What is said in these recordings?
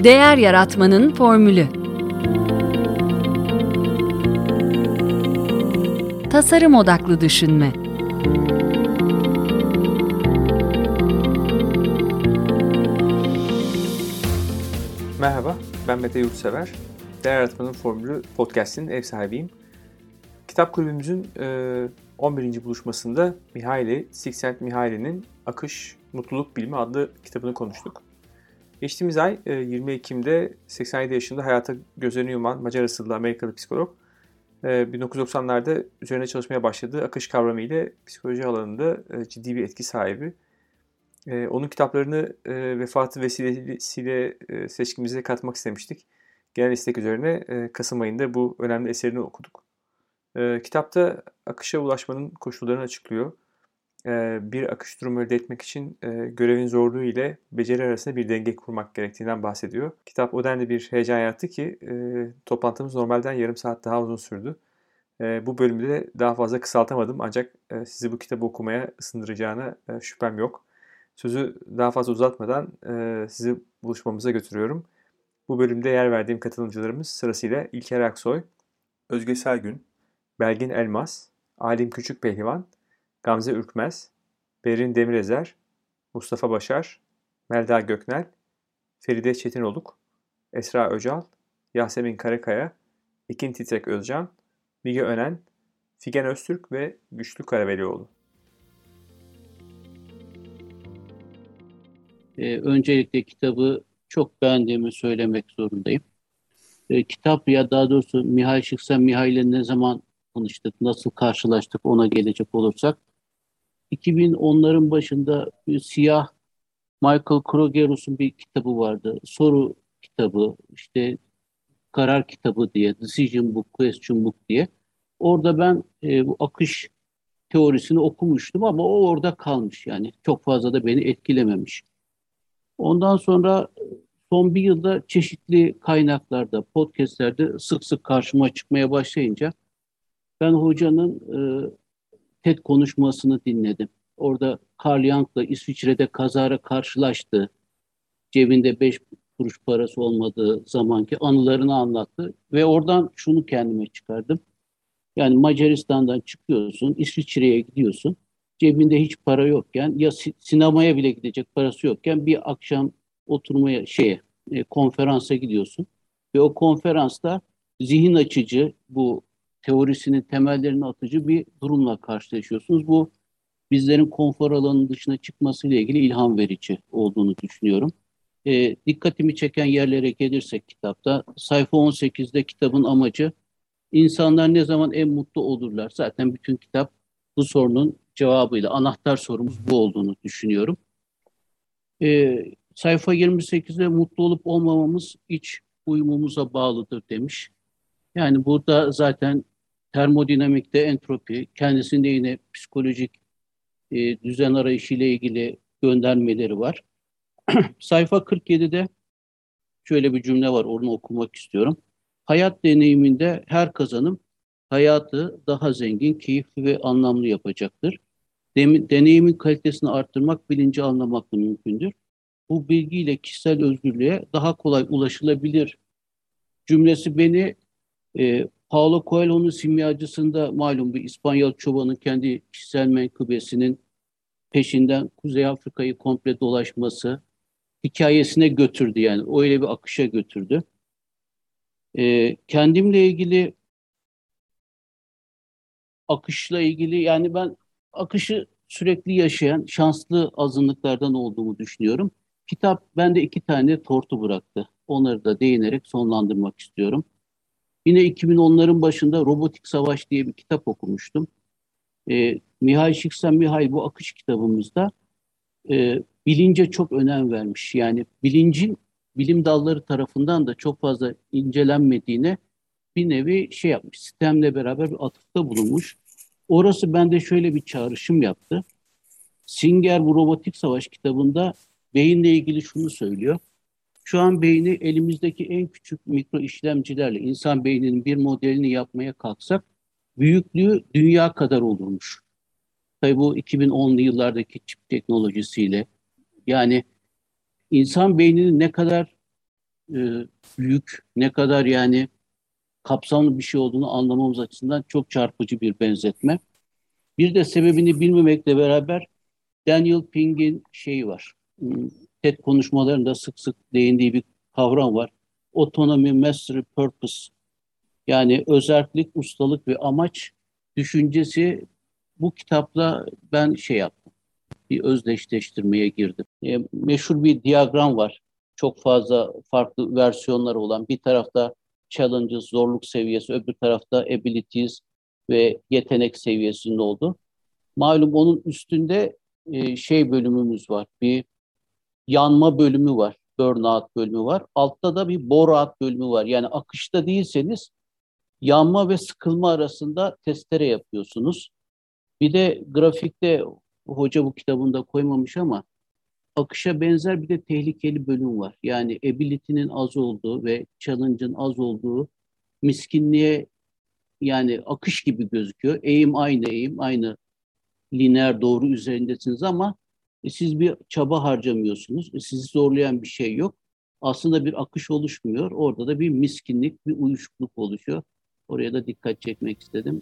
Değer yaratmanın formülü. Tasarım odaklı düşünme. Merhaba, ben Mete Yurtsever. Değer Yaratmanın Formülü podcast'inin ev sahibiyim. Kitap kulübümüzün 11. buluşmasında Csikszentmihalyi'nin Akış, Mutluluk Bilimi adlı kitabını konuştuk. Geçtiğimiz ay 20 Ekim'de 87 yaşında hayata gözlerini yuman Macar asıllı Amerikalı psikolog 1990'larda üzerine çalışmaya başladığı akış kavramı ile psikoloji alanında ciddi bir etki sahibi. Onun kitaplarını vefatı vesilesiyle seçkimize katmak istemiştik. Genel istek üzerine Kasım ayında bu önemli eserini okuduk. Kitapta akışa ulaşmanın koşullarını açıklıyor. Bir akış durumu elde etmek için görevin zorluğu ile beceri arasında bir denge kurmak gerektiğinden bahsediyor. Kitap o denli bir heyecan yarattı ki toplantımız normalden yarım saat daha uzun sürdü. Bu bölümü de daha fazla kısaltamadım ancak sizi bu kitabı okumaya ısındıracağına şüphem yok. Sözü daha fazla uzatmadan sizi buluşmamıza götürüyorum. Bu bölümde yer verdiğim katılımcılarımız sırasıyla İlker Aksoy, Özge Selgün, Belgin Elmas, Alim Küçükpehlivan, Gamze Ürkmez, Berin Demirezer, Mustafa Başar, Melda Göknel, Feride Çetinoluk, Esra Öcal, Yasemin Karakaya, Ekin Titrek Özcan, Müge Önen, Figen Öztürk ve Güçlü Karavelioğlu. Öncelikle kitabı çok beğendiğimi söylemek zorundayım. Kitap ya daha doğrusu Mihail Csikszentmihalyi'yle ne zaman tanıştık, nasıl karşılaştık ona gelecek olursak. 2010'ların başında bir siyah Michael Krogerus'un bir kitabı vardı. Soru kitabı, işte karar kitabı diye, Decision Book, Question Book diye. Orada ben bu akış teorisini okumuştum ama o orada kalmış yani. Çok fazla da beni etkilememiş. Ondan sonra son bir yılda çeşitli kaynaklarda, podcastlerde sık sık karşıma çıkmaya başlayınca ben hocanın TED konuşmasını dinledim. Orada Carl Jung'la İsviçre'de kazara karşılaştı. Cebinde 5 kuruş parası olmadığı zamanki anılarını anlattı. Ve oradan şunu kendime çıkardım. Yani Macaristan'dan çıkıyorsun, İsviçre'ye gidiyorsun. Cebinde hiç para yokken ya sinemaya bile gidecek parası yokken bir akşam oturmaya konferansa gidiyorsun. Ve o konferansta zihin açıcı, bu teorisinin temellerini atıcı bir durumla karşılaşıyorsunuz. Bu bizlerin konfor alanının dışına çıkmasıyla ilgili ilham verici olduğunu düşünüyorum. Dikkatimi çeken yerlere gelirsek kitapta, sayfa 18'de kitabın amacı İnsanlar ne zaman en mutlu olurlar? Zaten bütün kitap bu sorunun cevabıyla, anahtar sorumuz bu olduğunu düşünüyorum. Sayfa 28'de mutlu olup olmamamız iç uyumumuza bağlıdır demiş. Yani burada zaten termodinamikte entropi, kendisinde yine psikolojik düzen arayışıyla ilgili göndermeleri var. Sayfa 47'de şöyle bir cümle var, onu okumak istiyorum. Hayat deneyiminde her kazanım hayatı daha zengin, keyifli ve anlamlı yapacaktır. Deneyimin kalitesini arttırmak, bilinci anlamakla mümkündür. Bu bilgiyle kişisel özgürlüğe daha kolay ulaşılabilir cümlesi beni Paulo Coelho'nun Simyacısı'nda malum bir İspanyol çobanın kendi kişisel menkıbesinin peşinden Kuzey Afrika'yı komple dolaşması hikayesine götürdü, yani öyle bir akışa götürdü. Kendimle ilgili, akışla ilgili, yani ben akışı sürekli yaşayan şanslı azınlıklardan olduğumu düşünüyorum. Kitap bende 2 tane tortu bıraktı. Onları da değinerek sonlandırmak istiyorum. Yine 2010'ların başında Robotik Savaş diye bir kitap okumuştum. Mihail Csikszentmihalyi bu akış kitabımızda bilince çok önem vermiş. Yani bilincin bilim dalları tarafından da çok fazla incelenmediğine bir nevi yapmış. Sistemle beraber bir atıfta bulunmuş. Orası bende şöyle bir çağrışım yaptı. Singer bu Robotik Savaş kitabında beyinle ilgili şunu söylüyor. Şu an beyni elimizdeki en küçük mikro işlemcilerle insan beyninin bir modelini yapmaya kalksak büyüklüğü dünya kadar olurmuş. Tabii bu 2010'lu yıllardaki çip teknolojisiyle, yani insan beyninin ne kadar büyük, ne kadar yani kapsamlı bir şey olduğunu anlamamız açısından çok çarpıcı bir benzetme. Bir de sebebini bilmemekle beraber Daniel Pink'in şeyi var. TED konuşmalarında sık sık değindiği bir kavram var. Autonomy, Mastery, Purpose. Yani özerklik, ustalık ve amaç düşüncesi bu kitapla ben şey yaptım. Bir özdeşleştirmeye girdim. Meşhur bir diyagram var. Çok fazla farklı versiyonları olan. Bir tarafta challenges, zorluk seviyesi, öbür tarafta abilities ve yetenek seviyesinde oldu. Malum onun üstünde şey bölümümüz var. Bir yanma bölümü var. Burnout bölümü var. Altta da bir bore-out bölümü var. Yani akışta değilseniz yanma ve sıkılma arasında testere yapıyorsunuz. Bir de grafikte hoca bu kitabında koymamış ama akışa benzer bir de tehlikeli bölüm var. Yani ability'nin az olduğu ve challenge'ın az olduğu miskinliğe yani akış gibi gözüküyor. Eğim aynı lineer doğru üzerindesiniz ama siz bir çaba harcamıyorsunuz. Sizi zorlayan bir şey yok. Aslında bir akış oluşmuyor. Orada da bir miskinlik, bir uyuşukluk oluşuyor. Oraya da dikkat çekmek istedim.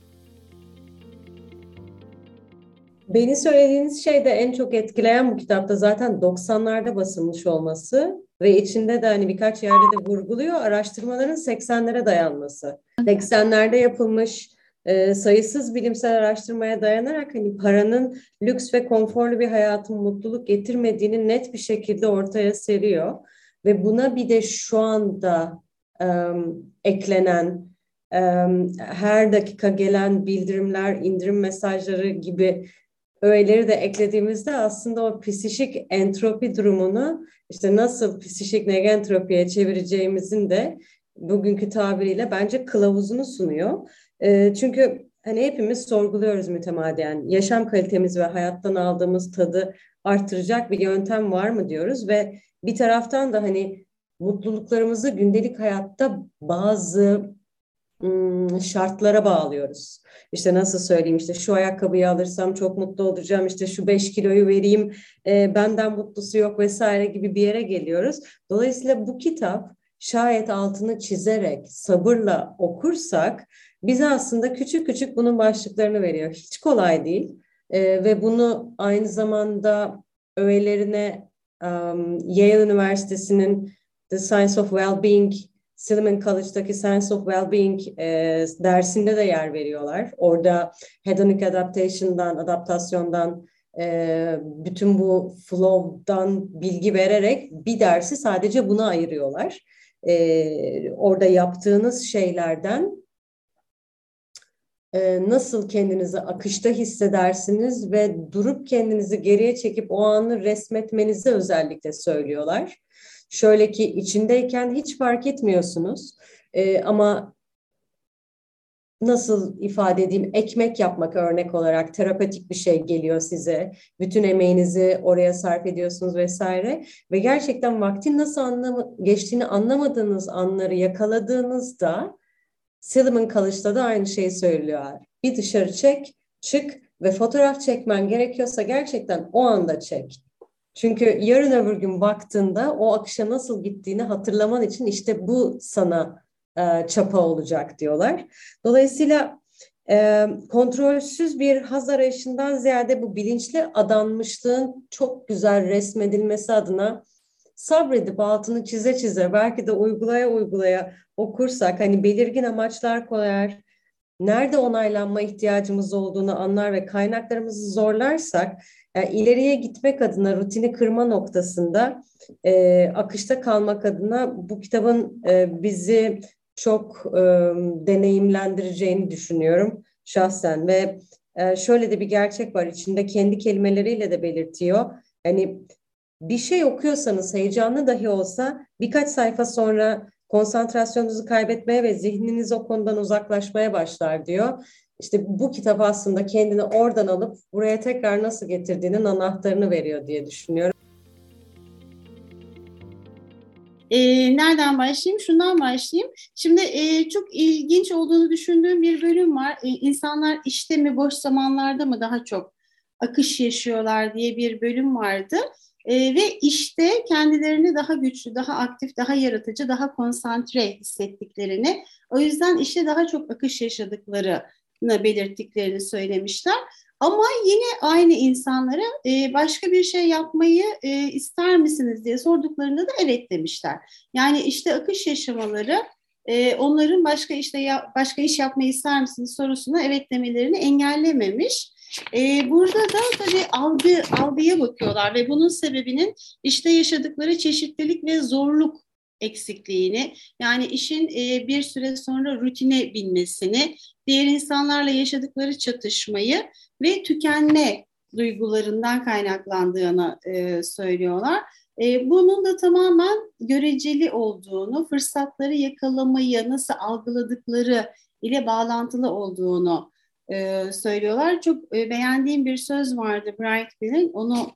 Beni söylediğiniz şey de en çok etkileyen bu kitapta zaten 90'larda basılmış olması ve içinde de hani birkaç yerde de vurguluyor araştırmaların 80'lere dayanması. 80'lerde yapılmış sayısız bilimsel araştırmaya dayanarak hani paranın lüks ve konforlu bir hayatın mutluluk getirmediğini net bir şekilde ortaya seriyor. Ve buna bir de şu anda eklenen her dakika gelen bildirimler, indirim mesajları gibi öğeleri de eklediğimizde aslında o psişik entropi durumunu işte nasıl psişik negentropiye çevireceğimizin de bugünkü tabiriyle bence kılavuzunu sunuyor. Çünkü hani hepimiz sorguluyoruz mütemadiyen. Yaşam kalitemiz ve hayattan aldığımız tadı artıracak bir yöntem var mı diyoruz ve bir taraftan da hani mutluluklarımızı gündelik hayatta bazı şartlara bağlıyoruz. İşte nasıl söyleyeyim işte şu ayakkabıyı alırsam çok mutlu olacağım işte şu 5 kiloyu vereyim benden mutlusu yok vesaire gibi bir yere geliyoruz. Dolayısıyla bu kitap şayet altını çizerek sabırla okursak bize aslında küçük küçük bunun başlıklarını veriyor. Hiç kolay değil ve bunu aynı zamanda öğelerine Yale Üniversitesi'nin The Science of Wellbeing Silliman College'daki Science of Wellbeing dersinde de yer veriyorlar. Orada hedonic adaptasyondan, bütün bu flow'dan bilgi vererek bir dersi sadece buna ayırıyorlar. Orada yaptığınız şeylerden nasıl kendinizi akışta hissedersiniz ve durup kendinizi geriye çekip o anı resmetmenizi özellikle söylüyorlar. Şöyle ki içindeyken hiç fark etmiyorsunuz ama nasıl ifade edeyim ekmek yapmak örnek olarak terapetik bir şey geliyor size. Bütün emeğinizi oraya sarf ediyorsunuz vesaire ve gerçekten vaktin nasıl geçtiğini anlamadığınız anları yakaladığınızda Silliman College'da da aynı şeyi söylüyorlar. Bir dışarı çık ve fotoğraf çekmen gerekiyorsa gerçekten o anda çek. Çünkü yarın öbür gün baktığında o akışa nasıl gittiğini hatırlaman için işte bu sana çapa olacak diyorlar. Dolayısıyla kontrolsüz bir haz arayışından ziyade bu bilinçli adanmışlığın çok güzel resmedilmesi adına sabredip altını çize çize belki de uygulaya okursak hani belirgin amaçlar koyar, nerede onaylanma ihtiyacımız olduğunu anlar ve kaynaklarımızı zorlarsak yani ileriye gitmek adına rutini kırma noktasında akışta kalmak adına bu kitabın bizi çok deneyimlendireceğini düşünüyorum şahsen ve şöyle de bir gerçek var içinde kendi kelimeleriyle de belirtiyor. Yani bir şey okuyorsanız heyecanlı dahi olsa birkaç sayfa sonra konsantrasyonunuzu kaybetmeye ve zihniniz o konudan uzaklaşmaya başlar diyor. İşte bu kitap aslında kendini oradan alıp buraya tekrar nasıl getirdiğinin anahtarını veriyor diye düşünüyorum. Nereden başlayayım? Şundan başlayayım. Şimdi çok ilginç olduğunu düşündüğüm bir bölüm var. İnsanlar işte mi boş zamanlarda mı daha çok akış yaşıyorlar diye bir bölüm vardı. Ve işte kendilerini daha güçlü, daha aktif, daha yaratıcı, daha konsantre hissettiklerini, o yüzden işte daha çok akış yaşadıklarını belirttiklerini söylemişler. Ama yine aynı insanlara başka bir şey yapmayı ister misiniz diye sorduklarında da evet demişler. Yani işte akış yaşamaları onların başka iş yapmayı ister misiniz sorusuna evet demelerini engellememiş. Burada da tabii algıya bakıyorlar ve bunun sebebinin işte yaşadıkları çeşitlilik ve zorluk eksikliğini, yani işin bir süre sonra rutine binmesini, diğer insanlarla yaşadıkları çatışmayı ve tükenme duygularından kaynaklandığını söylüyorlar. Bunun da tamamen göreceli olduğunu, fırsatları yakalamayı nasıl algıladıkları ile bağlantılı olduğunu söylüyorlar. Çok beğendiğim bir söz vardı Brightfield'in, onu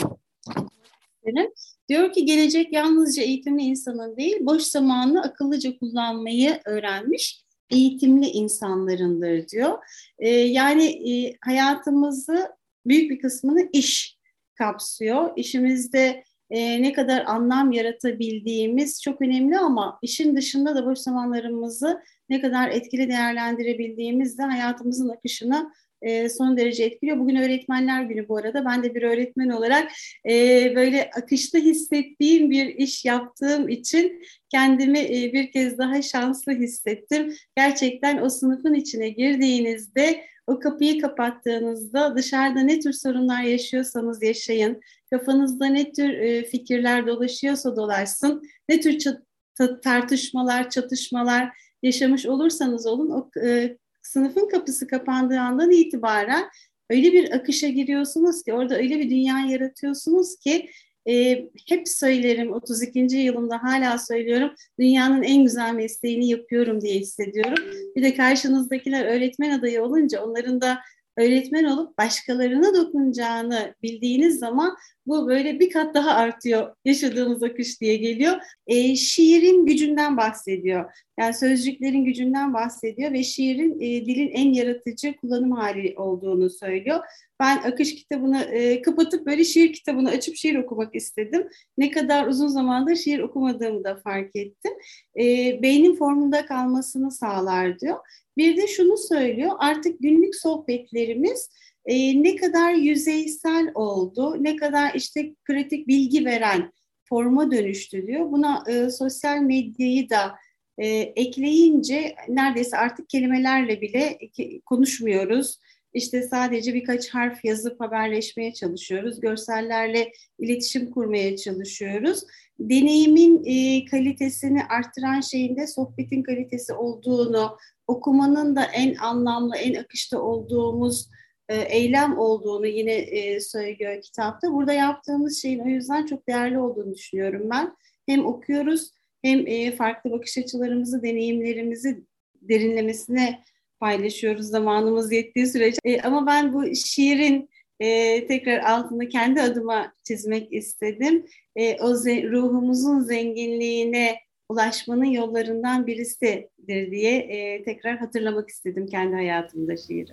isterim. Diyor ki gelecek yalnızca eğitimli insanın değil, boş zamanını akıllıca kullanmayı öğrenmiş eğitimli insanlarındır diyor. Yani hayatımızı büyük bir kısmını iş kapsıyor. İşimizde ne kadar anlam yaratabildiğimiz çok önemli ama işin dışında da boş zamanlarımızı ne kadar etkili değerlendirebildiğimiz de hayatımızın akışını son derece etkiliyor. Bugün Öğretmenler Günü bu arada. Ben de bir öğretmen olarak böyle akışta hissettiğim bir iş yaptığım için kendimi bir kez daha şanslı hissettim. Gerçekten o sınıfın içine girdiğinizde, o kapıyı kapattığınızda dışarıda ne tür sorunlar yaşıyorsanız yaşayın, kafanızda ne tür fikirler dolaşıyorsa dolaşsın, ne tür tartışmalar, çatışmalar yaşamış olursanız olun, o sınıfın kapısı kapandığı andan itibaren öyle bir akışa giriyorsunuz ki, orada öyle bir dünya yaratıyorsunuz ki hep söylerim, 32. yılımda hala söylüyorum, dünyanın en güzel mesleğini yapıyorum diye hissediyorum. Bir de karşınızdakiler öğretmen adayı olunca, onların da öğretmen olup başkalarına dokunacağını bildiğiniz zaman bu böyle bir kat daha artıyor, yaşadığımız akış diye geliyor. Şiirin gücünden bahsediyor. Yani sözcüklerin gücünden bahsediyor ve şiirin dilin en yaratıcı kullanım hali olduğunu söylüyor. Ben akış kitabını kapatıp böyle şiir kitabını açıp şiir okumak istedim. Ne kadar uzun zamandır şiir okumadığımı da fark ettim. Beynin formunda kalmasını sağlar diyor. Bir de şunu söylüyor, artık günlük sohbetlerimiz ne kadar yüzeysel oldu, ne kadar işte kritik bilgi veren forma dönüştü diyor. Buna sosyal medyayı da ekleyince neredeyse artık kelimelerle bile konuşmuyoruz. İşte sadece birkaç harf yazıp haberleşmeye çalışıyoruz. Görsellerle iletişim kurmaya çalışıyoruz. Deneyimin kalitesini arttıran şeyin de sohbetin kalitesi olduğunu, okumanın da en anlamlı, en akışta olduğumuz eylem olduğunu yine söylüyor kitapta. Burada yaptığımız şeyin o yüzden çok değerli olduğunu düşünüyorum ben. Hem okuyoruz hem farklı bakış açılarımızı, deneyimlerimizi derinlemesine paylaşıyoruz zamanımız yettiği sürece. Ama ben bu şiirin tekrar altını kendi adıma çizmek istedim. Ruhumuzun zenginliğine ulaşmanın yollarından birisidir diye tekrar hatırlamak istedim kendi hayatımda şiiri.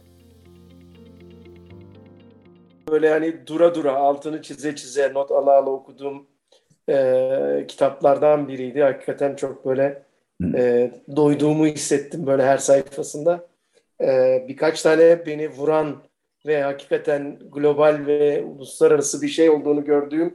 Böyle hani dura dura, altını çize çize, not ala ala okuduğum kitaplardan biriydi. Hakikaten çok böyle doyduğumu hissettim böyle her sayfasında. Birkaç tane beni vuran ve hakikaten global ve uluslararası bir şey olduğunu gördüğüm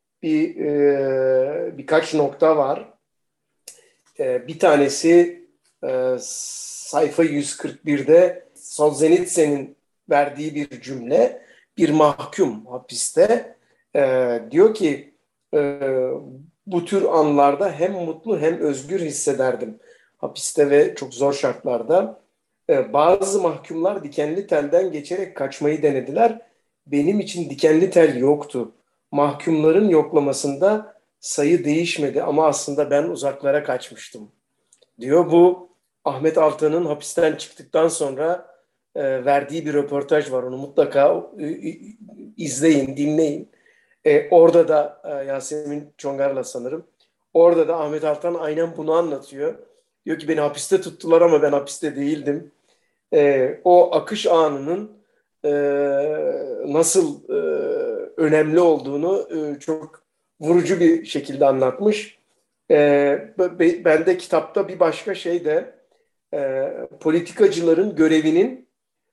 birkaç nokta var. Bir tanesi sayfa 141'de Solzhenitsyn'in verdiği bir cümle. Bir mahkum hapiste diyor ki bu tür anlarda hem mutlu hem özgür hissederdim hapiste ve çok zor şartlarda. Bazı mahkumlar dikenli telden geçerek kaçmayı denediler. Benim için dikenli tel yoktu. Mahkumların yoklamasında sayı değişmedi ama aslında ben uzaklara kaçmıştım diyor. Bu Ahmet Altan'ın hapisten çıktıktan sonra verdiği bir röportaj var. Onu mutlaka izleyin, dinleyin. Orada da Yasemin Çongar'la sanırım. Orada da Ahmet Altan aynen bunu anlatıyor. Diyor ki beni hapiste tuttular ama ben hapiste değildim. O akış anının nasıl önemli olduğunu çok vurucu bir şekilde anlatmış. Ben de kitapta bir başka şey de politikacıların görevinin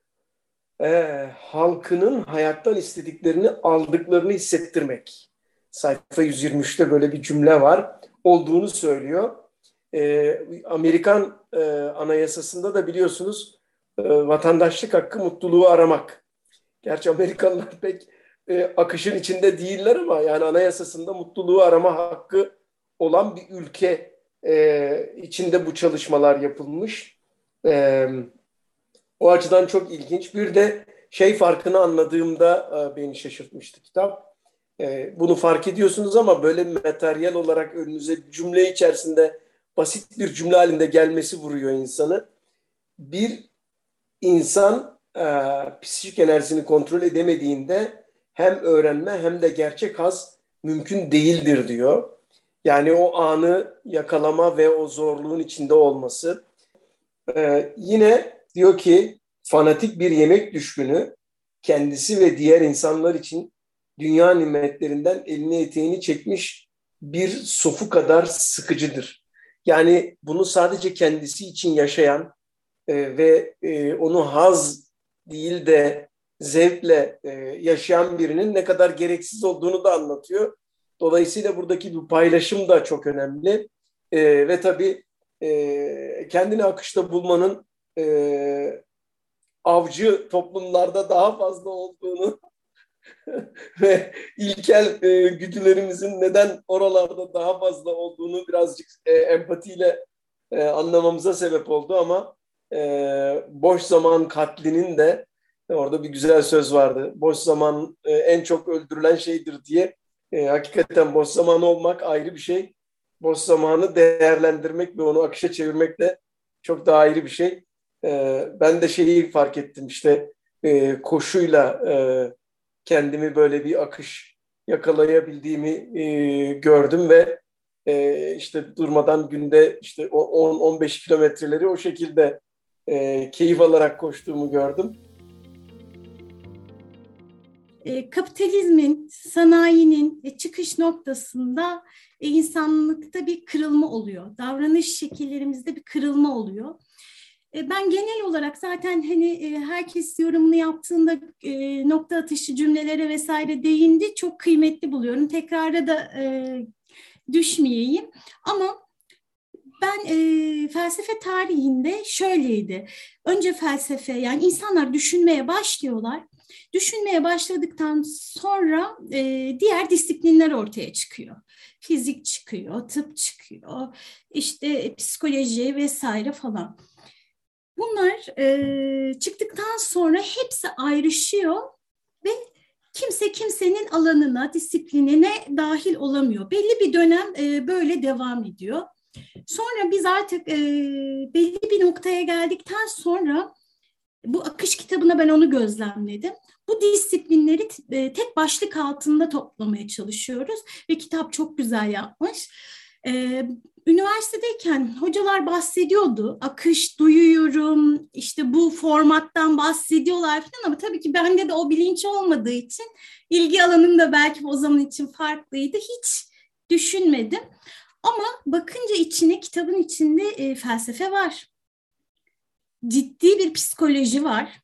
halkının hayattan istediklerini aldıklarını hissettirmek. Sayfa 123'te böyle bir cümle var. Olduğunu söylüyor. Amerikan Anayasası'nda da biliyorsunuz vatandaşlık hakkı mutluluğu aramak. Gerçi Amerikalılar pek akışın içinde değiller ama yani anayasasında mutluluğu arama hakkı olan bir ülke içinde bu çalışmalar yapılmış. O açıdan çok ilginç. Bir de şey farkını anladığımda beni şaşırtmıştı kitap. Bunu fark ediyorsunuz ama böyle materyal olarak önünüze cümle içerisinde basit bir cümle halinde gelmesi vuruyor insanı. Bir insan psikik enerjisini kontrol edemediğinde hem öğrenme hem de gerçek haz mümkün değildir diyor. Yani o anı yakalama ve o zorluğun içinde olması. Yine diyor ki fanatik bir yemek düşkünü kendisi ve diğer insanlar için dünya nimetlerinden elini eteğini çekmiş bir sofu kadar sıkıcıdır. Yani bunu sadece kendisi için yaşayan ve onu haz değil de zevkle yaşayan birinin ne kadar gereksiz olduğunu da anlatıyor. Dolayısıyla buradaki bu paylaşım da çok önemli. Ve tabii kendini akışta bulmanın avcı toplumlarda daha fazla olduğunu ve ilkel güdülerimizin neden oralarda daha fazla olduğunu birazcık empatiyle anlamamıza sebep oldu ama boş zaman katlinin de orada bir güzel söz vardı. Boş zaman en çok öldürülen şeydir diye. Hakikaten boş zaman olmak ayrı bir şey. Boş zamanı değerlendirmek ve onu akışa çevirmek de çok daha ayrı bir şey. Ben de şeyi fark ettim işte koşuyla kendimi böyle bir akış yakalayabildiğimi gördüm ve işte durmadan günde işte 10-15 kilometreleri o şekilde keyif alarak koştuğumu gördüm. Kapitalizmin, sanayinin çıkış noktasında insanlıkta bir kırılma oluyor. Davranış şekillerimizde bir kırılma oluyor. Ben genel olarak zaten hani herkes yorumunu yaptığında nokta atışı cümlelere vesaire değindi. Çok kıymetli buluyorum. Tekrara da düşmeyeyim. Ama ben felsefe tarihinde şöyleydi. Önce felsefe, yani insanlar düşünmeye başlıyorlar. Düşünmeye başladıktan sonra diğer disiplinler ortaya çıkıyor. Fizik çıkıyor, tıp çıkıyor, işte psikoloji vesaire falan. Bunlar çıktıktan sonra hepsi ayrışıyor ve kimse kimsenin alanına, disiplinine dahil olamıyor. Belli bir dönem böyle devam ediyor. Sonra biz artık belli bir noktaya geldikten sonra bu akış kitabına ben onu gözlemledim. Bu disiplinleri tek başlık altında toplamaya çalışıyoruz ve kitap çok güzel yapmış. Üniversitedeyken hocalar bahsediyordu. Akış duyuyorum, işte bu formattan bahsediyorlar falan ama tabii ki bende de o bilinç olmadığı için ilgi alanım da belki o zaman için farklıydı. Hiç düşünmedim. Ama bakınca içine, kitabın içinde felsefe var. Ciddi bir psikoloji var.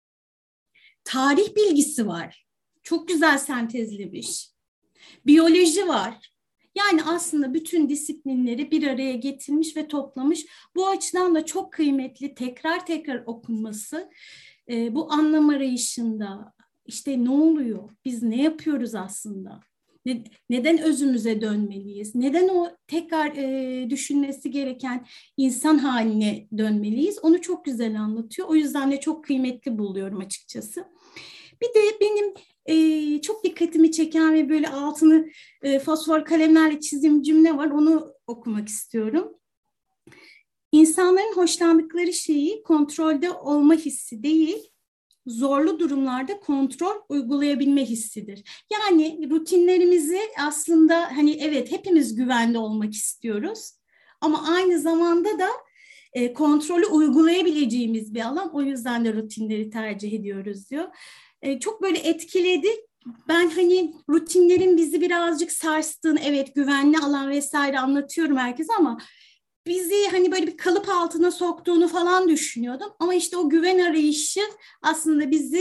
Tarih bilgisi var. Çok güzel sentezlemiş. Biyoloji var. Yani aslında bütün disiplinleri bir araya getirmiş ve toplamış. Bu açıdan da çok kıymetli, tekrar tekrar okunması. Bu anlam arayışında işte ne oluyor? Biz ne yapıyoruz aslında? Neden özümüze dönmeliyiz? Neden o tekrar düşünmesi gereken insan haline dönmeliyiz? Onu çok güzel anlatıyor. O yüzden de çok kıymetli buluyorum açıkçası. Bir de benim çok dikkatimi çeken ve böyle altını fosfor kalemlerle çizdiğim cümle var. Onu okumak istiyorum. İnsanların hoşlandıkları şeyi kontrolde olma hissi değil, zorlu durumlarda kontrol uygulayabilme hissidir. Yani rutinlerimizi aslında hani evet hepimiz güvende olmak istiyoruz ama aynı zamanda da kontrolü uygulayabileceğimiz bir alan. O yüzden de rutinleri tercih ediyoruz diyor. Çok böyle etkiledi. ben hani rutinlerin bizi birazcık sarstığını, evet güvenli alan vesaire anlatıyorum herkese ama bizi hani böyle bir kalıp altına soktuğunu falan düşünüyordum. Ama işte o güven arayışı aslında bizi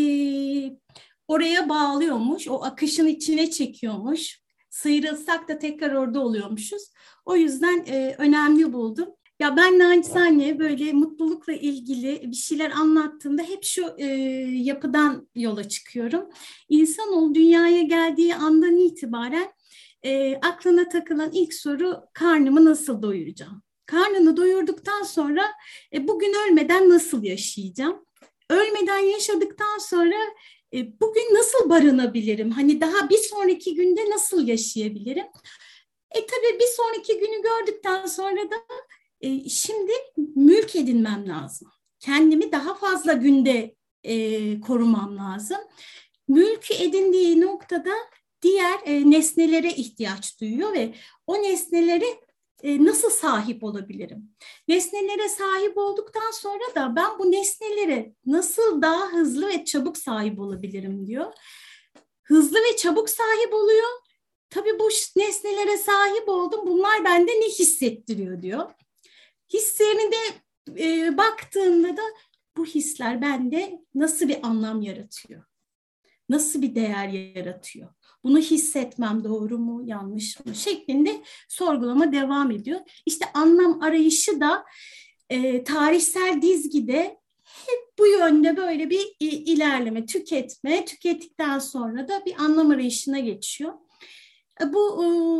oraya bağlıyormuş, o akışın içine çekiyormuş. Sıyrılsak da tekrar orada oluyormuşuz. O yüzden önemli buldum. Ya ben naçizane böyle mutlulukla ilgili bir şeyler anlattığımda hep şu yapıdan yola çıkıyorum. İnsanoğlu dünyaya geldiği andan itibaren aklına takılan ilk soru karnımı nasıl doyuracağım? Karnını doyurduktan sonra bugün ölmeden nasıl yaşayacağım? Ölmeden yaşadıktan sonra bugün nasıl barınabilirim? Hani daha bir sonraki günde nasıl yaşayabilirim? Tabii bir sonraki günü gördükten sonra da şimdi mülk edinmem lazım. Kendimi daha fazla günde korumam lazım. Mülkü edindiği noktada diğer nesnelere ihtiyaç duyuyor ve o nesnelere nasıl sahip olabilirim? Nesnelere sahip olduktan sonra da ben bu nesnelere nasıl daha hızlı ve çabuk sahip olabilirim diyor. Hızlı ve çabuk sahip oluyor. Tabii bu nesnelere sahip oldum. Bunlar bende ne hissettiriyor diyor. Hislerine baktığımda da bu hisler bende nasıl bir anlam yaratıyor? Nasıl bir değer yaratıyor? Bunu hissetmem doğru mu, yanlış mı şeklinde sorgulama devam ediyor. İşte anlam arayışı da tarihsel dizgide hep bu yönde böyle bir ilerleme, tükettikten sonra da bir anlam arayışına geçiyor. Bu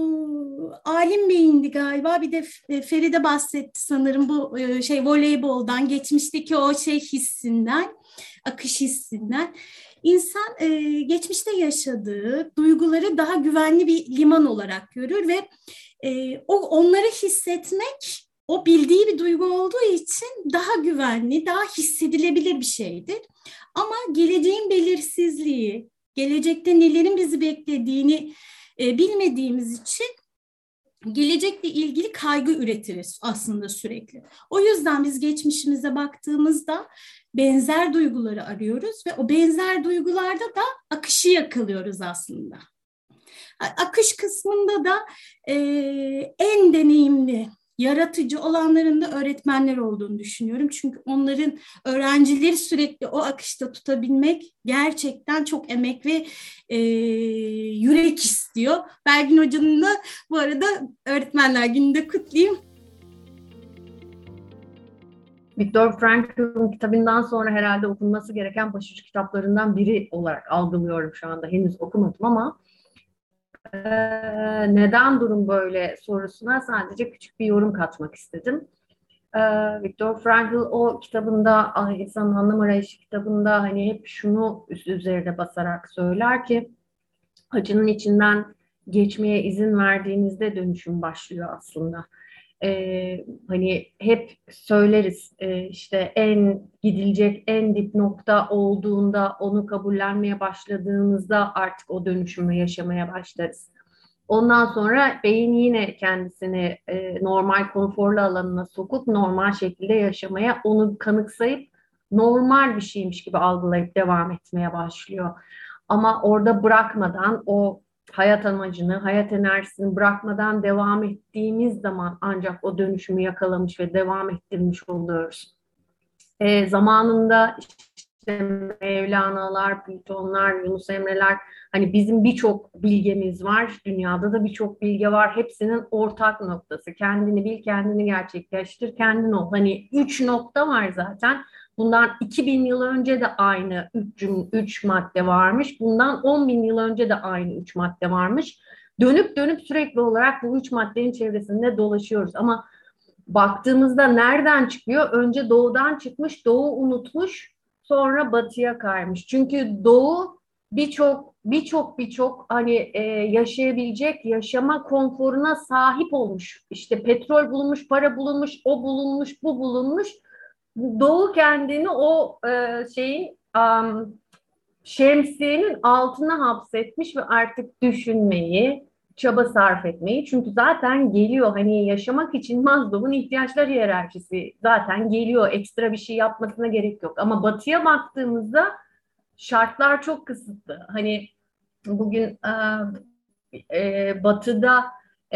Alim Bey'indi galiba, bir de Feride bahsetti sanırım bu voleyboldan, geçmişteki o hissinden, akış hissinden. İnsan geçmişte yaşadığı duyguları daha güvenli bir liman olarak görür ve onları hissetmek o bildiği bir duygu olduğu için daha güvenli, daha hissedilebilir bir şeydir. Ama geleceğin belirsizliği, gelecekte nelerin bizi beklediğini bilmediğimiz için gelecekle ilgili kaygı üretiriz aslında sürekli. O yüzden biz geçmişimize baktığımızda benzer duyguları arıyoruz ve o benzer duygularda da akışı yakalıyoruz aslında. Akış kısmında da en deneyimli, yaratıcı olanların da öğretmenler olduğunu düşünüyorum. Çünkü onların öğrencileri sürekli o akışta tutabilmek gerçekten çok emek ve yürek istiyor. Belgin Hoca'nın da bu arada Öğretmenler Günü'nde kutlayayım. Viktor Frankl'ın kitabından sonra herhalde okunması gereken başucu kitaplarından biri olarak algılıyorum şu anda. Henüz okumadım ama neden durum böyle sorusuna sadece küçük bir yorum katmak istedim. Viktor Frankl o kitabında, İnsanın Anlam Arayışı kitabında hani hep şunu üzerine basarak söyler ki acının içinden geçmeye izin verdiğinizde dönüşüm başlıyor aslında. Hani hep söyleriz işte en gidilecek en dip nokta olduğunda onu kabullenmeye başladığımızda artık o dönüşümü yaşamaya başlarız. Ondan sonra beyin yine kendisini normal konforlu alanına sokup normal şekilde yaşamaya, onu kanıksayıp normal bir şeymiş gibi algılayıp devam etmeye başlıyor. Ama orada bırakmadan o hayat amacını, hayat enerjisini bırakmadan devam ettiğimiz zaman ancak o dönüşümü yakalamış ve devam ettirmiş oluyoruz. Zamanında işte Mevlana'lar, Plütonlar, Yunus Emre'ler, hani bizim birçok bilgemiz var, dünyada da birçok bilge var. Hepsinin ortak noktası kendini bil, kendini gerçekleştir, kendin ol. Hani 3 nokta var zaten. Bundan 2000 yıl önce de aynı 3 madde varmış. Bundan 10.000 yıl önce de aynı 3 madde varmış. Dönüp dönüp sürekli olarak bu 3 maddenin çevresinde dolaşıyoruz. Ama baktığımızda nereden çıkıyor? Önce doğudan çıkmış, doğu unutmuş, sonra batıya kaymış. Çünkü doğu birçok hani yaşayabilecek yaşama konforuna sahip olmuş. İşte petrol bulunmuş, para bulunmuş, o bulunmuş, bu bulunmuş. Doğu kendini o şemsiyenin altına hapsetmiş ve artık düşünmeyi, çaba sarf etmeyi. Çünkü zaten geliyor. Hani yaşamak için Maslow'un ihtiyaçlar hiyerarşisi zaten geliyor. Ekstra bir şey yapmasına gerek yok. Ama batıya baktığımızda şartlar çok kısıtlı. Hani bugün Batı'da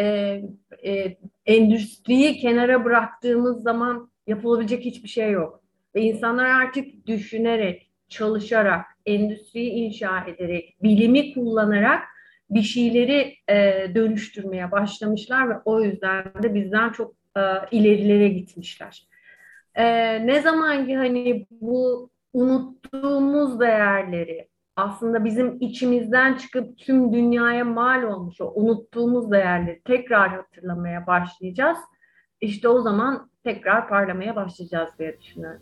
endüstriyi kenara bıraktığımız zaman yapılabilecek hiçbir şey yok. Ve insanlar artık düşünerek, çalışarak, endüstriyi inşa ederek, bilimi kullanarak bir şeyleri dönüştürmeye başlamışlar ve o yüzden de bizden çok ilerilere gitmişler. Ne zaman ki hani bu unuttuğumuz değerleri aslında bizim içimizden çıkıp tüm dünyaya mal olmuş o unuttuğumuz değerleri tekrar hatırlamaya başlayacağız. İşte o zaman tekrar parlamaya başlayacağız diye düşünüyorum.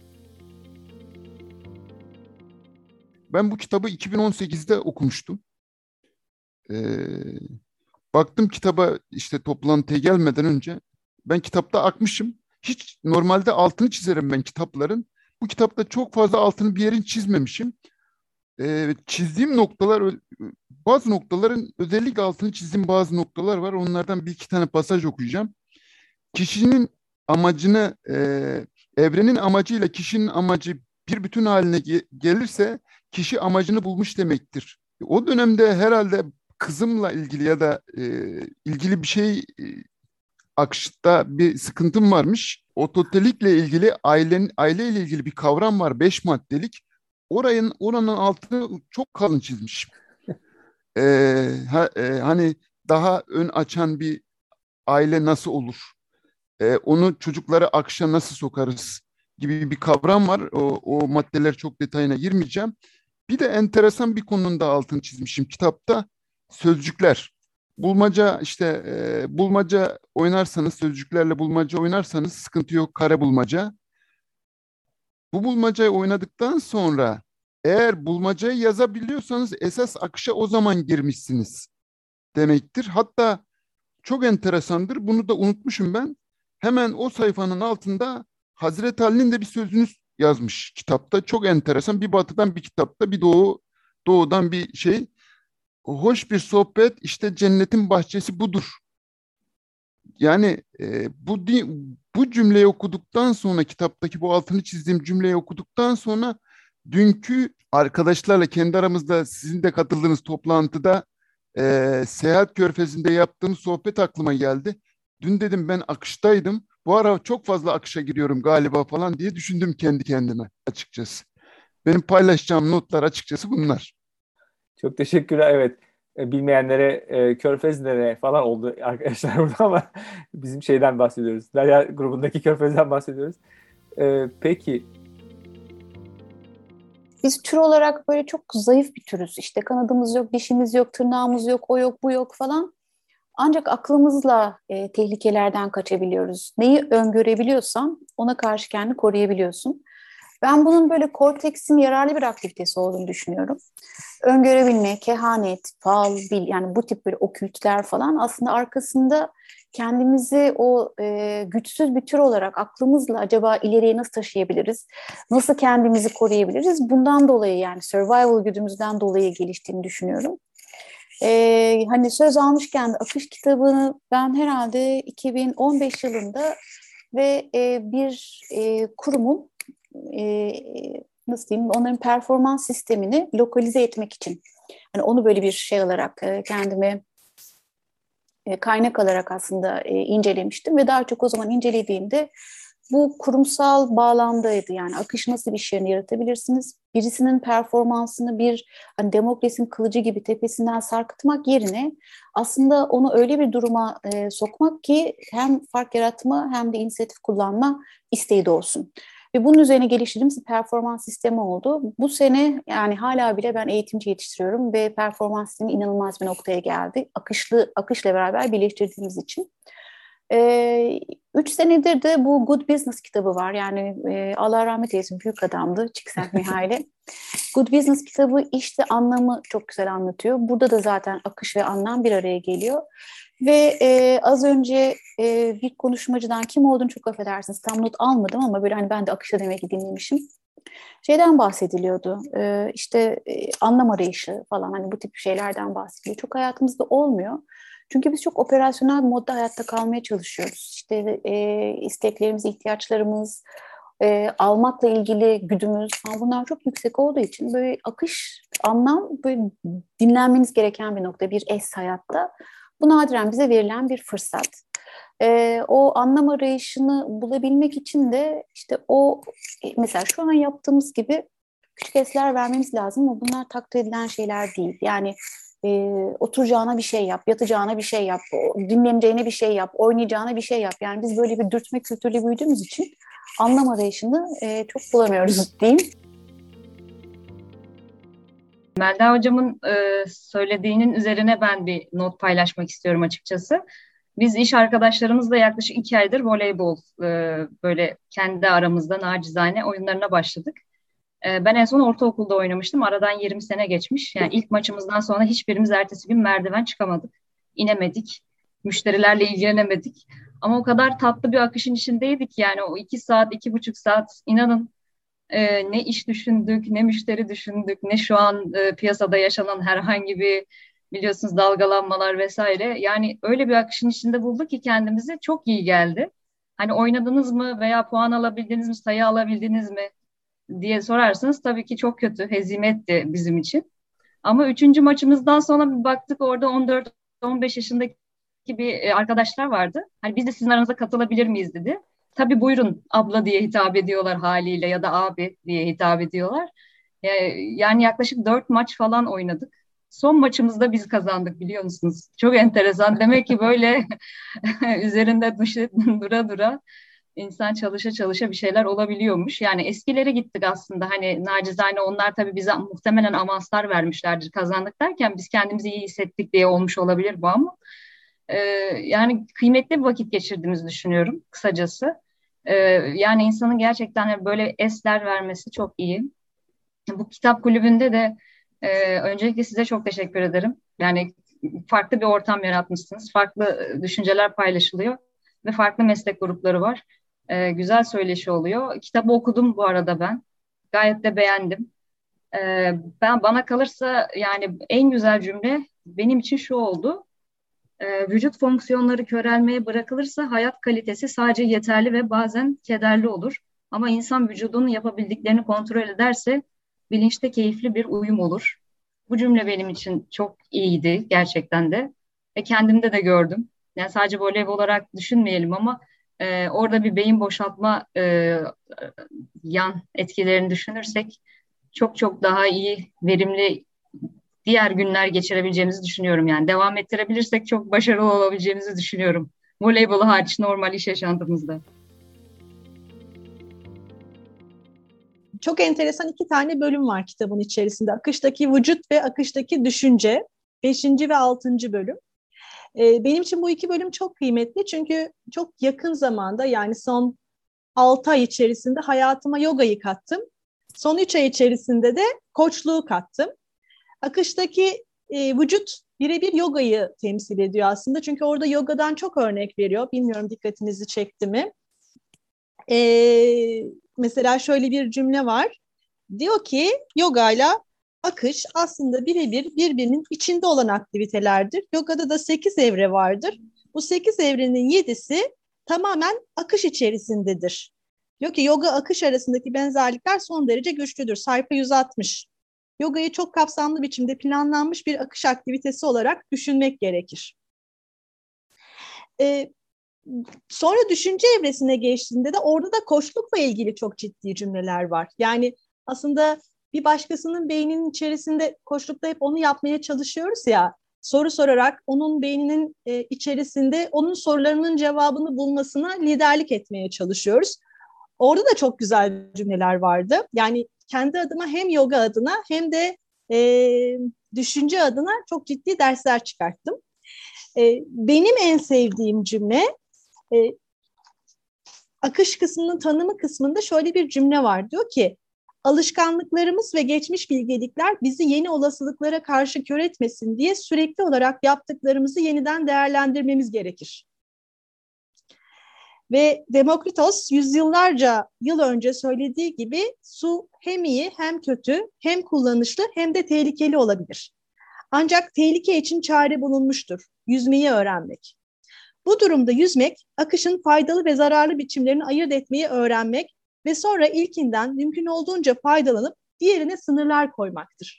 Ben bu kitabı 2018'de okumuştum. Baktım kitaba işte toplantıya gelmeden önce ben kitapta akmışım. Hiç normalde altını çizerim ben kitapların. Bu kitapta çok fazla altını bir yerin çizmemişim. Çizdiğim noktalar, bazı noktaların özellikle altını çizdiğim bazı noktalar var. Onlardan bir iki tane pasaj okuyacağım. Kişinin amacını, evrenin amacıyla kişinin amacı bir bütün haline gelirse kişi amacını bulmuş demektir. O dönemde herhalde kızımla ilgili ya da ilgili bir şey akışta bir sıkıntım varmış. Ototelikle ilgili aileyle ilgili bir kavram var 5 maddelik. Oranın altını çok kalın çizmiş. Hani daha ön açan bir aile nasıl olur? Onu çocuklara akışa nasıl sokarız gibi bir kavram var. O maddeler çok detayına girmeyeceğim. Bir de enteresan bir konunun da altını çizmişim kitapta. Sözcükler. Bulmaca işte bulmaca oynarsanız, sözcüklerle bulmaca oynarsanız sıkıntı yok, kare bulmaca. Bu bulmacayı oynadıktan sonra eğer bulmacayı yazabiliyorsanız esas akışa o zaman girmişsiniz demektir. Hatta çok enteresandır. Bunu da unutmuşum ben. Hemen o sayfanın altında Hazreti Ali'nin de bir sözünü yazmış kitapta. Çok enteresan. Bir batıdan bir kitapta, bir doğudan bir şey. Hoş bir sohbet, işte cennetin bahçesi budur. Yani bu cümleyi okuduktan sonra, kitaptaki bu altını çizdiğim cümleyi okuduktan sonra dünkü arkadaşlarla kendi aramızda sizin de katıldığınız toplantıda Seyahat Körfezi'nde yaptığım sohbet aklıma geldi. Dün dedim ben akıştaydım. Bu ara çok fazla akışa giriyorum galiba falan diye düşündüm kendi kendime açıkçası. Benim paylaşacağım notlar açıkçası bunlar. Çok teşekkürler. Evet. Bilmeyenlere Körfez nere falan oldu arkadaşlar burada ama bizim şeyden bahsediyoruz. Derya grubundaki Körfez'den bahsediyoruz. Peki. Biz tür olarak böyle çok zayıf bir türüz. İşte kanadımız yok, dişimiz yok, tırnağımız yok, o yok, bu yok falan. Ancak aklımızla tehlikelerden kaçabiliyoruz. Neyi öngörebiliyorsan ona karşı kendini koruyabiliyorsun. Ben bunun böyle korteksin yararlı bir aktivitesi olduğunu düşünüyorum. Öngörebilme, kehanet, fal, yani bu tip böyle okültler falan aslında arkasında kendimizi o güçsüz bir tür olarak aklımızla acaba ileriye nasıl taşıyabiliriz? Nasıl kendimizi koruyabiliriz? Bundan dolayı yani survival güdümüzden dolayı geliştiğini düşünüyorum. Hani söz almışken de Akış kitabını ben herhalde 2015 yılında ve bir kurumun nasıl diyeyim, onların performans sistemini lokalize etmek için hani onu böyle bir şey olarak kendime kaynak alarak aslında incelemiştim ve daha çok o zaman incelediğimde bu kurumsal bağlamdaydı. Yani akış nasıl bir şeyini yaratabilirsiniz? Birisinin performansını bir hani demokrasinin kılıcı gibi tepesinden sarkıtmak yerine aslında onu öyle bir duruma sokmak ki hem fark yaratma hem de inisiyatif kullanma isteği de olsun. Ve bunun üzerine geliştirdiğimiz bir performans sistemi oldu. Bu sene yani hala bile ben eğitimci yetiştiriyorum ve performans sistemi inanılmaz bir noktaya geldi. Akışla beraber birleştirdiğimiz için. 3 senedir de bu Good Business kitabı var. Yani Allah rahmet eylesin, büyük adamdı Csikszentmihalyi. Good Business kitabı işte anlamı çok güzel anlatıyor. Burada da zaten akış ve anlam bir araya geliyor. Ve az önce bir konuşmacıdan kim olduğunu çok affedersiniz tam not almadım ama böyle hani ben de akışa demek ki dinlemişim. Şeyden bahsediliyordu işte anlam arayışı falan hani bu tip şeylerden bahsediliyor. Çok hayatımızda olmuyor. Çünkü biz çok operasyonel modda hayatta kalmaya çalışıyoruz. İşte isteklerimiz, ihtiyaçlarımız, almakla ilgili güdümüz falan, bunlar çok yüksek olduğu için böyle akış, anlam böyle dinlenmeniz gereken bir nokta, bir hayatta. Bu nadiren bize verilen bir fırsat. O anlam arayışını bulabilmek için de işte o mesela şu an yaptığımız gibi küçük esler vermemiz lazım ama bunlar takdir edilen şeyler değil. Yani oturacağına bir şey yap, yatacağına bir şey yap, dinleneceğine bir şey yap, oynayacağına bir şey yap. Yani biz böyle bir dürtme kültürüyle büyüdüğümüz için anlam arayışını çok bulamıyoruz diyeyim. Melda Hocam'ın söylediğinin üzerine ben bir not paylaşmak istiyorum açıkçası. Biz iş arkadaşlarımızla yaklaşık 2 aydır voleybol böyle kendi aramızda nacizane oyunlarına başladık. Ben en son ortaokulda oynamıştım. Aradan 20 sene geçmiş. Yani ilk maçımızdan sonra hiçbirimiz ertesi gün merdiven çıkamadık. İnemedik. Müşterilerle ilgilenemedik. Ama o kadar tatlı bir akışın içindeydik. Yani o 2 saat, 2,5 saat inanın ne iş düşündük, ne müşteri düşündük, ne şu an piyasada yaşanan herhangi bir biliyorsunuz dalgalanmalar vesaire. Yani öyle bir akışın içinde bulduk ki kendimizi, çok iyi geldi. Hani oynadınız mı veya puan alabildiniz mi, sayı alabildiniz mi diye sorarsanız tabii ki çok kötü, hezimetti bizim için. Ama 3. maçımızdan sonra bir baktık, orada 14-15 yaşındaki bir arkadaşlar vardı. Hani biz de sizin aranıza katılabilir miyiz dedi. Tabii buyurun abla diye hitap ediyorlar haliyle ya da abi diye hitap ediyorlar. Yani yaklaşık 4 maç falan oynadık. Son maçımızda biz kazandık, biliyor musunuz? Çok enteresan. Demek ki böyle üzerinde dura dura insan çalışa çalışa bir şeyler olabiliyormuş. Yani eskilere gittik aslında. Hani nacizane onlar tabii bize muhtemelen avanslar vermişlerdir kazandık derken biz kendimizi iyi hissettik diye olmuş olabilir bu ama yani kıymetli bir vakit geçirdiğimizi düşünüyorum kısacası. Yani insanın gerçekten böyle esler vermesi çok iyi. Bu kitap kulübünde de öncelikle size çok teşekkür ederim. Yani farklı bir ortam yaratmışsınız. Farklı düşünceler paylaşılıyor ve farklı meslek grupları var. Güzel söyleşi oluyor. Kitabı okudum bu arada ben. Gayet de beğendim. Bana kalırsa yani en güzel cümle benim için şu oldu. Vücut fonksiyonları körelmeye bırakılırsa hayat kalitesi sadece yeterli ve bazen kederli olur. Ama insan vücudunun yapabildiklerini kontrol ederse bilinçte keyifli bir uyum olur. Bu cümle benim için çok iyiydi gerçekten de. Kendimde de gördüm. Yani sadece voleybol olarak düşünmeyelim ama orada bir beyin boşaltma yan etkilerini düşünürsek çok çok daha iyi, verimli diğer günler geçirebileceğimizi düşünüyorum. Yani devam ettirebilirsek çok başarılı olabileceğimizi düşünüyorum. Voleybolu hariç normal iş yaşantımızda. Çok enteresan 2 tane bölüm var kitabın içerisinde. Akıştaki vücut ve akıştaki düşünce. 5. ve 6. bölüm. Benim için bu 2 bölüm çok kıymetli. Çünkü çok yakın zamanda, yani son 6 ay içerisinde hayatıma yogayı kattım. Son 3 ay içerisinde de koçluğu kattım. Akıştaki vücut birebir yogayı temsil ediyor aslında. Çünkü orada yogadan çok örnek veriyor. Bilmiyorum dikkatinizi çekti mi? Mesela şöyle bir cümle var. Diyor ki yogayla akış aslında birebir birbirinin içinde olan aktivitelerdir. Yogada da 8 evre vardır. Bu 8 evrenin 7'si tamamen akış içerisindedir. Diyor ki yoga akış arasındaki benzerlikler son derece güçlüdür. Sayfa 160. Yogayı çok kapsamlı biçimde planlanmış bir akış aktivitesi olarak düşünmek gerekir. Sonra düşünce evresine geçtiğinde de orada da koçlukla ilgili çok ciddi cümleler var. Yani aslında bir başkasının beyninin içerisinde, koçlukta hep onu yapmaya çalışıyoruz ya, soru sorarak onun beyninin içerisinde onun sorularının cevabını bulmasına liderlik etmeye çalışıyoruz. Orada da çok güzel cümleler vardı. Yani kendi adıma hem yoga adına hem de düşünce adına çok ciddi dersler çıkarttım. Benim en sevdiğim cümle, akış kısmının tanımı kısmında şöyle bir cümle var. Diyor ki, alışkanlıklarımız ve geçmiş bilgelikler bizi yeni olasılıklara karşı kör etmesin diye sürekli olarak yaptıklarımızı yeniden değerlendirmemiz gerekir. Ve Demokritos yüzyıllarca yıl önce söylediği gibi su hem iyi hem kötü, hem kullanışlı hem de tehlikeli olabilir. Ancak tehlike için çare bulunmuştur. Yüzmeyi öğrenmek. Bu durumda yüzmek, akışın faydalı ve zararlı biçimlerini ayırt etmeyi öğrenmek ve sonra ilkinden mümkün olduğunca faydalanıp diğerine sınırlar koymaktır.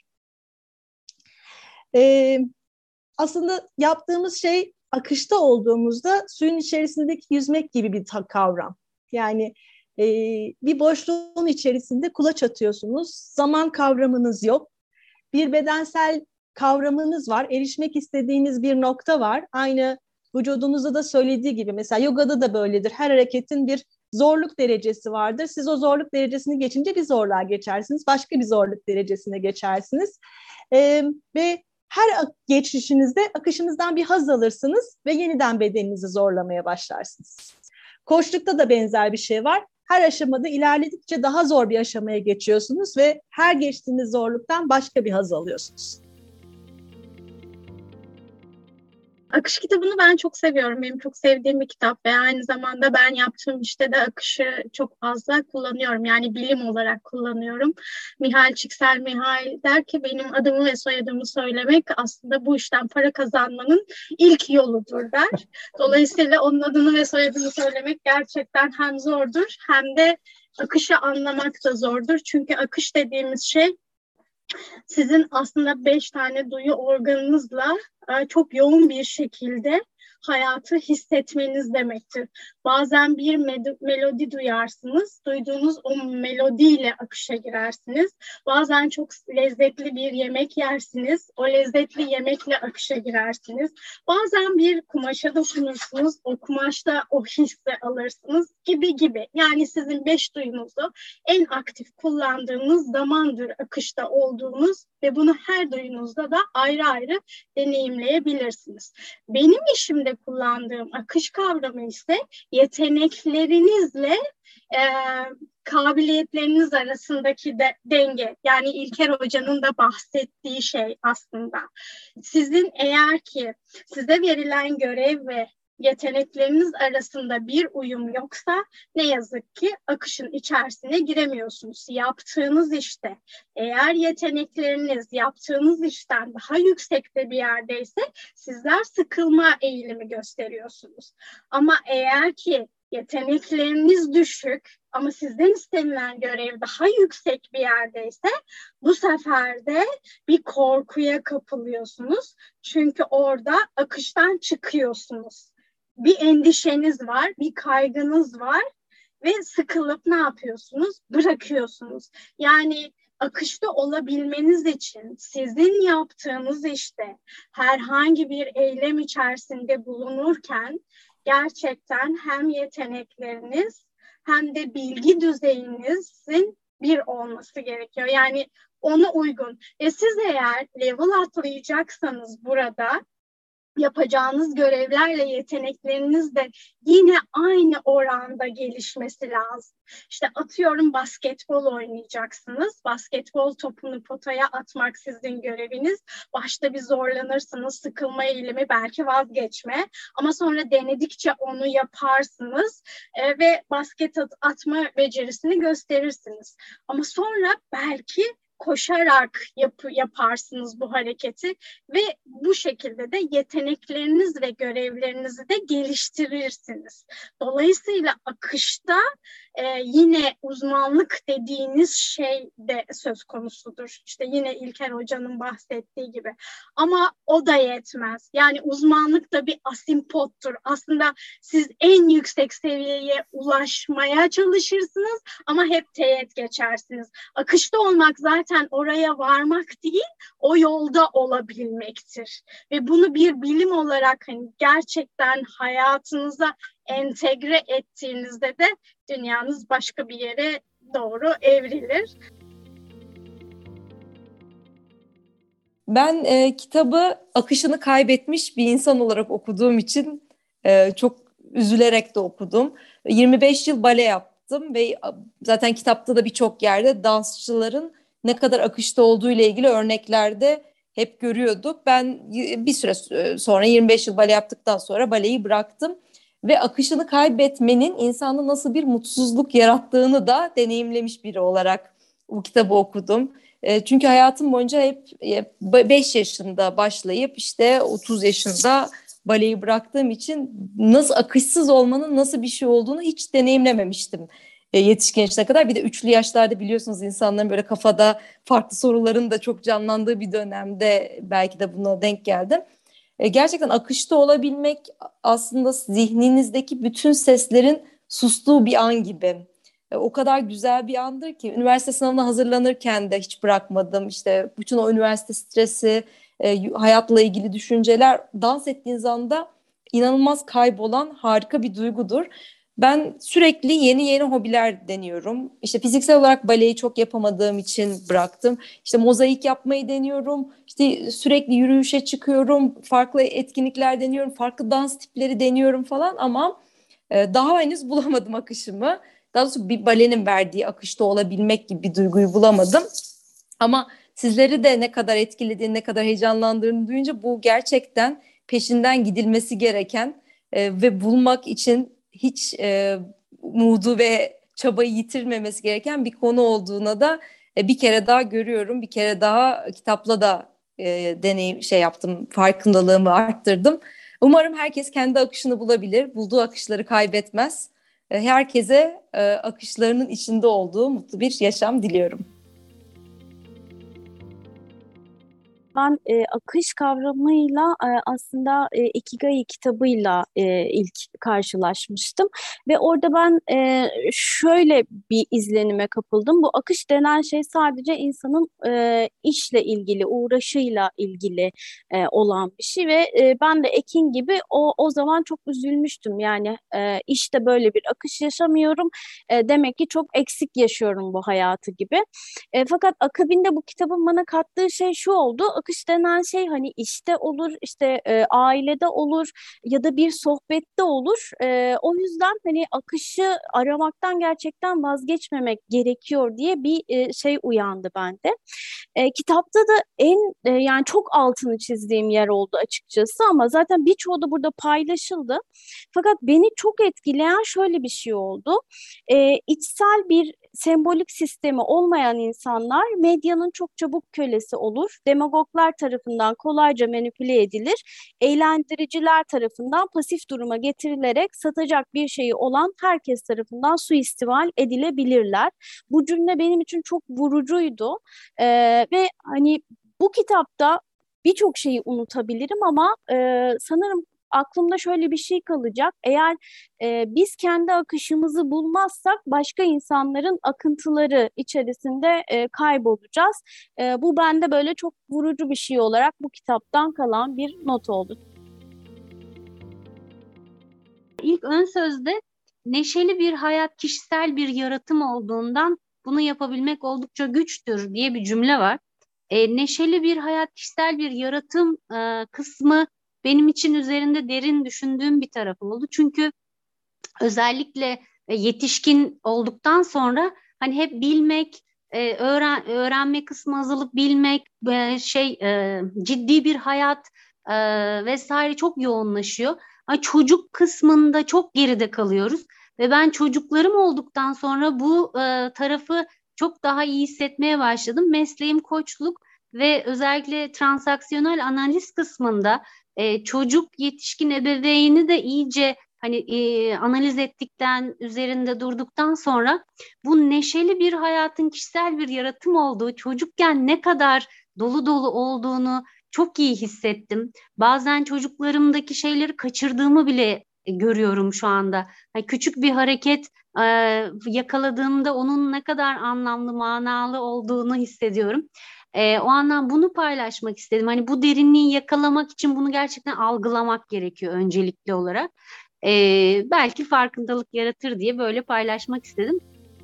Aslında yaptığımız şey akışta olduğumuzda suyun içerisindeki yüzmek gibi bir kavram. Yani bir boşluğun içerisinde kulaç atıyorsunuz, zaman kavramınız yok. Bir bedensel kavramınız var, erişmek istediğiniz bir nokta var. Aynı vücudunuzda da söylediği gibi, mesela yogada da böyledir. Her hareketin bir zorluk derecesi vardır. Siz o zorluk derecesini geçince bir zorluğa geçersiniz, başka bir zorluk derecesine geçersiniz. Ve her geçişinizde akışınızdan bir haz alırsınız ve yeniden bedeninizi zorlamaya başlarsınız. Koçlukta da benzer bir şey var. Her aşamada ilerledikçe daha zor bir aşamaya geçiyorsunuz ve her geçtiğiniz zorluktan başka bir haz alıyorsunuz. Akış kitabını ben çok seviyorum. Benim çok sevdiğim bir kitap ve aynı zamanda ben yaptığım işte de akışı çok fazla kullanıyorum. Yani bilim olarak kullanıyorum. Mihail Csikszentmihalyi der ki benim adımı ve soyadımı söylemek aslında bu işten para kazanmanın ilk yoludur der. Dolayısıyla onun adını ve soyadını söylemek gerçekten hem zordur hem de akışı anlamak da zordur. Çünkü akış dediğimiz şey sizin aslında 5 tane duyu organınızla çok yoğun bir şekilde hayatı hissetmeniz demektir. Bazen bir melodi duyarsınız, duyduğunuz o melodiyle akışa girersiniz. Bazen çok lezzetli bir yemek yersiniz, o lezzetli yemekle akışa girersiniz. Bazen bir kumaşa dokunursunuz, o kumaşta o hissi alırsınız gibi gibi. Yani sizin 5 duyunuzu en aktif kullandığınız zamandır akışta olduğunuz ve bunu her duyunuzda da ayrı ayrı deneyimleyebilirsiniz. Benim işimde kullandığım akış kavramı ise yeteneklerinizle kabiliyetleriniz arasındaki denge. Yani İlker Hoca'nın da bahsettiği şey aslında. Sizin eğer ki size verilen görev ve yetenekleriniz arasında bir uyum yoksa ne yazık ki akışın içerisine giremiyorsunuz. Yaptığınız işte eğer yetenekleriniz yaptığınız işten daha yüksekte bir yerdeyse sizler sıkılma eğilimi gösteriyorsunuz. Ama eğer ki yetenekleriniz düşük ama sizden istenilen görev daha yüksek bir yerdeyse bu sefer de bir korkuya kapılıyorsunuz. Çünkü orada akıştan çıkıyorsunuz. Bir endişeniz var, bir kaygınız var ve sıkılıp ne yapıyorsunuz? Bırakıyorsunuz. Yani akışta olabilmeniz için sizin yaptığınız işte herhangi bir eylem içerisinde bulunurken gerçekten hem yetenekleriniz hem de bilgi düzeyinizin bir olması gerekiyor. Yani ona uygun. Siz eğer level atlayacaksanız burada yapacağınız görevlerle yetenekleriniz de yine aynı oranda gelişmesi lazım. İşte atıyorum basketbol oynayacaksınız. Basketbol topunu potaya atmak sizin göreviniz. Başta bir zorlanırsınız, sıkılma eğilimi, belki vazgeçme. Ama sonra denedikçe onu yaparsınız ve atma becerisini gösterirsiniz. Ama sonra belki koşarak yaparsınız bu hareketi ve bu şekilde de yetenekleriniz ve görevlerinizi de geliştirirsiniz. Dolayısıyla akışta yine uzmanlık dediğiniz şey de söz konusudur. İşte yine İlker Hoca'nın bahsettiği gibi. Ama o da yetmez. Yani uzmanlık da bir asimpottur. Aslında siz en yüksek seviyeye ulaşmaya çalışırsınız ama hep teğet geçersiniz. Akışta olmak zaten oraya varmak değil, o yolda olabilmektir. Ve bunu bir bilim olarak hani gerçekten hayatınıza entegre ettiğinizde de dünyanız başka bir yere doğru evrilir. Ben kitabı akışını kaybetmiş bir insan olarak okuduğum için çok üzülerek de okudum. 25 yıl bale yaptım ve zaten kitapta da birçok yerde dansçıların ne kadar akışta olduğu ile ilgili örneklerde hep görüyorduk. Ben bir süre sonra 25 yıl bale yaptıktan sonra baleyi bıraktım. Ve akışını kaybetmenin insanda nasıl bir mutsuzluk yarattığını da deneyimlemiş biri olarak bu kitabı okudum. Çünkü hayatım boyunca hep 5 yaşında başlayıp işte 30 yaşında baleyi bıraktığım için nasıl akışsız olmanın nasıl bir şey olduğunu hiç deneyimlememiştim. yetişkin yaşına kadar. Bir de 3'lü yaşlarda biliyorsunuz insanların böyle kafada farklı soruların da çok canlandığı bir dönemde belki de buna denk geldim. Gerçekten akışta olabilmek aslında zihninizdeki bütün seslerin sustuğu bir an gibi. O kadar güzel bir andır ki üniversite sınavına hazırlanırken de hiç bırakmadım. İşte bütün o üniversite stresi, hayatla ilgili düşünceler dans ettiğiniz anda inanılmaz kaybolan harika bir duygudur. Ben sürekli yeni hobiler deniyorum. İşte fiziksel olarak baleyi çok yapamadığım için bıraktım. İşte mozaik yapmayı deniyorum. İşte sürekli yürüyüşe çıkıyorum. Farklı etkinlikler deniyorum. Farklı dans tipleri deniyorum falan ama daha henüz bulamadım akışımı. Daha doğrusu bir balenin verdiği akışta olabilmek gibi bir duyguyu bulamadım. Ama sizleri de ne kadar etkilediğini, ne kadar heyecanlandırdığını duyunca bu gerçekten peşinden gidilmesi gereken ve bulmak için hiç umudu ve çabayı yitirmemesi gereken bir konu olduğuna da bir kere daha görüyorum. Bir kere daha kitapla da deneyim yaptım, farkındalığımı arttırdım. Umarım herkes kendi akışını bulabilir, bulduğu akışları kaybetmez. Herkese akışlarının içinde olduğu mutlu bir yaşam diliyorum. Ben akış kavramıyla aslında Ikigai kitabıyla ilk karşılaşmıştım ve orada ben şöyle bir izlenime kapıldım. Bu akış denen şey sadece insanın işle ilgili, uğraşıyla ilgili olan bir şey ve ben de Ekin gibi o zaman çok üzülmüştüm. Yani işte böyle bir akış yaşamıyorum. Demek ki çok eksik yaşıyorum bu hayatı gibi. Fakat akabinde bu kitabın bana kattığı şey şu oldu. Akış denen şey hani işte olur, işte ailede olur ya da bir sohbette olur. O yüzden hani akışı aramaktan gerçekten vazgeçmemek gerekiyor diye bir şey uyandı bende. Kitapta da yani çok altını çizdiğim yer oldu açıkçası ama zaten birçoğu da burada paylaşıldı. Fakat beni çok etkileyen şöyle bir şey oldu. İçsel bir sembolik sistemi olmayan insanlar medyanın çok çabuk kölesi olur. Demagoglar tarafından kolayca manipüle edilir. Eğlendiriciler tarafından pasif duruma getirilerek satacak bir şeyi olan herkes tarafından suistimal edilebilirler. Bu cümle benim için çok vurucuydu. Ve hani bu kitapta birçok şeyi unutabilirim ama sanırım aklımda şöyle bir şey kalacak. Eğer biz kendi akışımızı bulmazsak başka insanların akıntıları içerisinde kaybolacağız. Bu bende böyle çok vurucu bir şey olarak bu kitaptan kalan bir not oldu. İlk ön sözde neşeli bir hayat kişisel bir yaratım olduğundan bunu yapabilmek oldukça güçtür diye bir cümle var. Neşeli bir hayat kişisel bir yaratım kısmı benim için üzerinde derin düşündüğüm bir tarafı oldu. Çünkü özellikle yetişkin olduktan sonra hani hep bilmek, öğrenme kısmı azalıp bilmek, ciddi bir hayat vesaire çok yoğunlaşıyor. Ama çocuk kısmında çok geride kalıyoruz ve ben çocuklarım olduktan sonra bu tarafı çok daha iyi hissetmeye başladım. Mesleğim koçluk ve özellikle transaksiyonel analiz kısmında çocuk yetişkin ebeveyni de iyice hani analiz ettikten, üzerinde durduktan sonra bu neşeli bir hayatın kişisel bir yaratım olduğu, çocukken ne kadar dolu dolu olduğunu çok iyi hissettim. Bazen çocuklarımdaki şeyleri kaçırdığımı bile görüyorum şu anda. Yani küçük bir hareket yakaladığımda onun ne kadar anlamlı, manalı olduğunu hissediyorum. O anlamda bunu paylaşmak istedim. Hani bu derinliği yakalamak için bunu gerçekten algılamak gerekiyor öncelikli olarak. Belki farkındalık yaratır diye böyle paylaşmak istedim.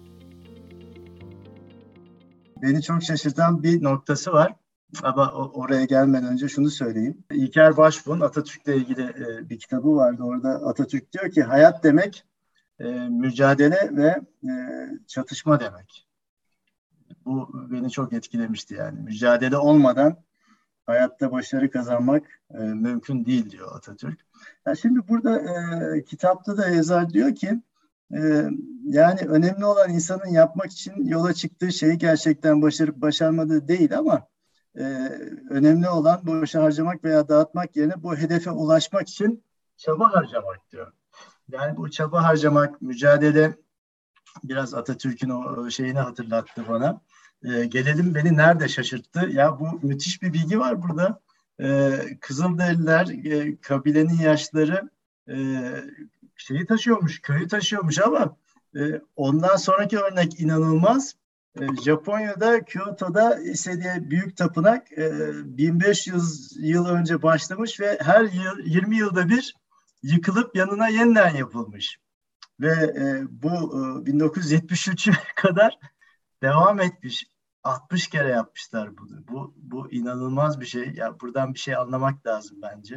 Beni çok şaşırtan bir noktası var. Ama oraya gelmeden önce şunu söyleyeyim. İlker Başbuğ'un Atatürk'le ilgili bir kitabı vardı. Orada Atatürk diyor ki hayat demek mücadele ve çatışma demek. Bu beni çok etkilemişti yani. Mücadele olmadan hayatta başarı kazanmak mümkün değil diyor Atatürk. Yani şimdi burada kitapta da yazar diyor ki yani önemli olan insanın yapmak için yola çıktığı şeyi gerçekten başarıp başarmadığı değil ama önemli olan boşa harcamak veya dağıtmak yerine bu hedefe ulaşmak için çaba harcamak diyor. Yani bu çaba harcamak, mücadele Biraz Atatürk'ün o şeyini hatırlattı bana. Gelelim beni nerede şaşırttı? Ya bu müthiş bir bilgi var burada. Kızılderililer, kabilenin yaşları şeyi taşıyormuş, köyü taşıyormuş ama ondan sonraki örnek inanılmaz. Japonya'da, Kyoto'da Ise diye büyük tapınak 1500 yıl önce başlamış ve her yıl 20 yılda bir yıkılıp yanına yeniden yapılmış. Ve bu 1973'e kadar devam etmiş. 60 kere yapmışlar bunu. Bu inanılmaz bir şey. Ya buradan bir şey anlamak lazım bence.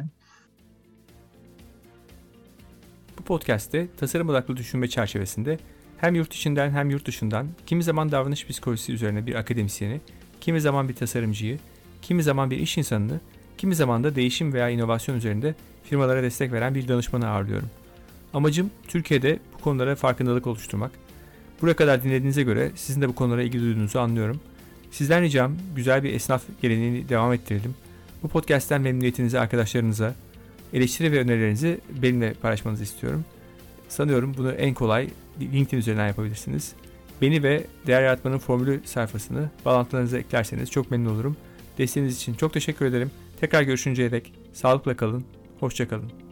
Bu podcast'te tasarım odaklı düşünme çerçevesinde hem yurt içinden hem yurt dışından kimi zaman davranış psikolojisi üzerine bir akademisyeni, kimi zaman bir tasarımcıyı, kimi zaman bir iş insanını, kimi zaman da değişim veya inovasyon üzerinde firmalara destek veren bir danışmanı ağırlıyorum. Amacım Türkiye'de bu konulara farkındalık oluşturmak. Buraya kadar dinlediğinize göre sizin de bu konulara ilgi duyduğunuzu anlıyorum. Sizden ricam güzel bir esnaf geleneğini devam ettirelim. Bu podcast'ten memnuniyetinizi arkadaşlarınıza, eleştiri ve önerilerinizi benimle paylaşmanızı istiyorum. Sanıyorum bunu en kolay LinkedIn üzerinden yapabilirsiniz. Beni ve Değer Yaratmanın Formülü sayfasını bağlantılarınıza eklerseniz çok memnun olurum. Desteğiniz için çok teşekkür ederim. Tekrar görüşünceye dek sağlıkla kalın, hoşça kalın.